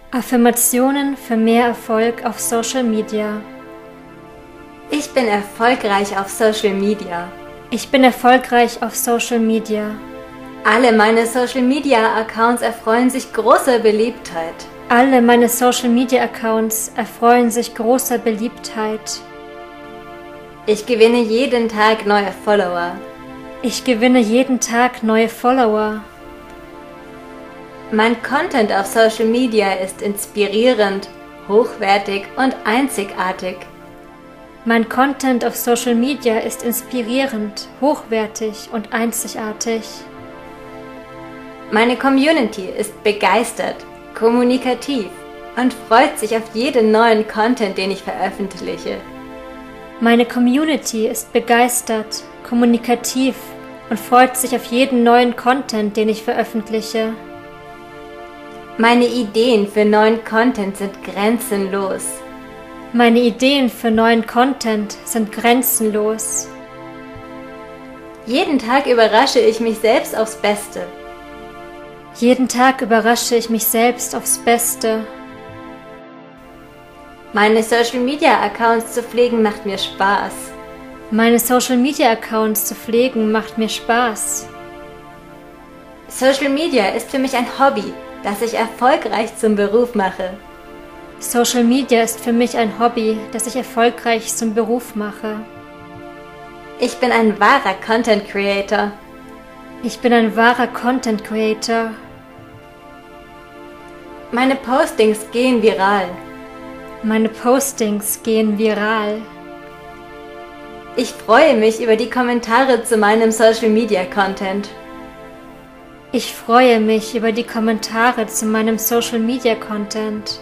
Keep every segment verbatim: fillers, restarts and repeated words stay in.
Affirmationen für mehr Erfolg auf Social Media. Ich bin erfolgreich auf Social Media. Ich bin erfolgreich auf Social Media. Alle meine Social Media Accounts erfreuen sich großer Beliebtheit. Alle meine Social Media Accounts erfreuen sich großer Beliebtheit. Ich gewinne jeden Tag neue Follower. Ich gewinne jeden Tag neue Follower. Mein Content auf Social Media ist inspirierend, hochwertig und einzigartig. Mein Content auf Social Media ist inspirierend, hochwertig und einzigartig. Meine Community ist begeistert, kommunikativ und freut sich auf jeden neuen Content, den ich veröffentliche. Meine Community ist begeistert, kommunikativ und freut sich auf jeden neuen Content, den ich veröffentliche. Meine Ideen für neuen Content sind grenzenlos. Meine Ideen für neuen Content sind grenzenlos. Jeden Tag überrasche ich mich selbst aufs Beste. Jeden Tag überrasche ich mich selbst aufs Beste. Meine Social Media Accounts zu pflegen macht mir Spaß. Meine Social Media Accounts zu pflegen macht mir Spaß. Social Media ist für mich ein Hobby, das ich erfolgreich zum Beruf mache. Social Media ist für mich ein Hobby, das ich erfolgreich zum Beruf mache. Ich bin ein wahrer Content Creator. Ich bin ein wahrer Content Creator. Meine Postings gehen viral. Meine Postings gehen viral. Ich freue mich über die Kommentare zu meinem Social Media Content. Ich freue mich über die Kommentare zu meinem Social Media Content.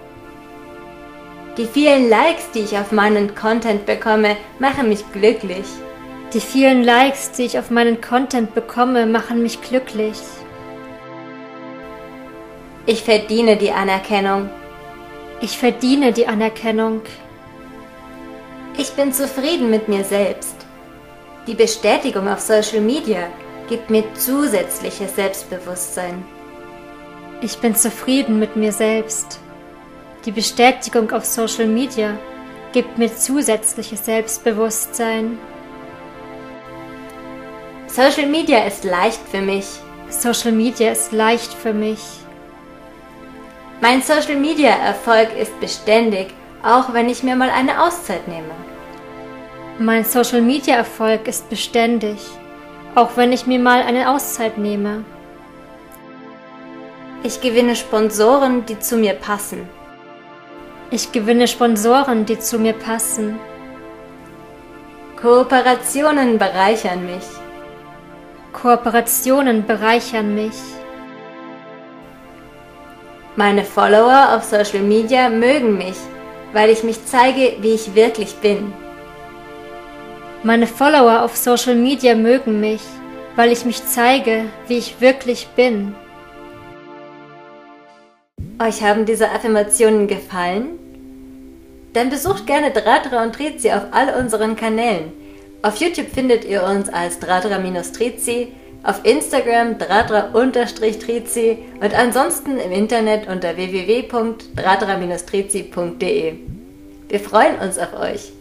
Die vielen Likes, die ich auf meinen Content bekomme, machen mich glücklich. Die vielen Likes, die ich auf meinen Content bekomme, machen mich glücklich. Ich verdiene die Anerkennung. Ich verdiene die Anerkennung. Ich bin zufrieden mit mir selbst. Die Bestätigung auf Social Media gibt mir zusätzliches Selbstbewusstsein. Ich bin zufrieden mit mir selbst. Die Bestätigung auf Social Media gibt mir zusätzliches Selbstbewusstsein. Social Media ist leicht für mich. Social Media ist leicht für mich. Mein Social Media Erfolg ist beständig, auch wenn ich mir mal eine Auszeit nehme. Mein Social Media Erfolg ist beständig, auch wenn ich mir mal eine Auszeit nehme. Ich gewinne Sponsoren, die zu mir passen. Ich gewinne Sponsoren, die zu mir passen. Kooperationen bereichern mich. Kooperationen bereichern mich. Meine Follower auf Social Media mögen mich, weil ich mich zeige, wie ich wirklich bin. Meine Follower auf Social Media mögen mich, weil ich mich zeige, wie ich wirklich bin. Euch haben diese Affirmationen gefallen? Dann besucht gerne Dratra und Trizi auf all unseren Kanälen. Auf YouTube findet ihr uns als Dratra-Trizi, auf Instagram Dratra-Trizi und ansonsten im Internet unter w w w punkt dratra Bindestrich trizi punkt de. Wir freuen uns auf euch!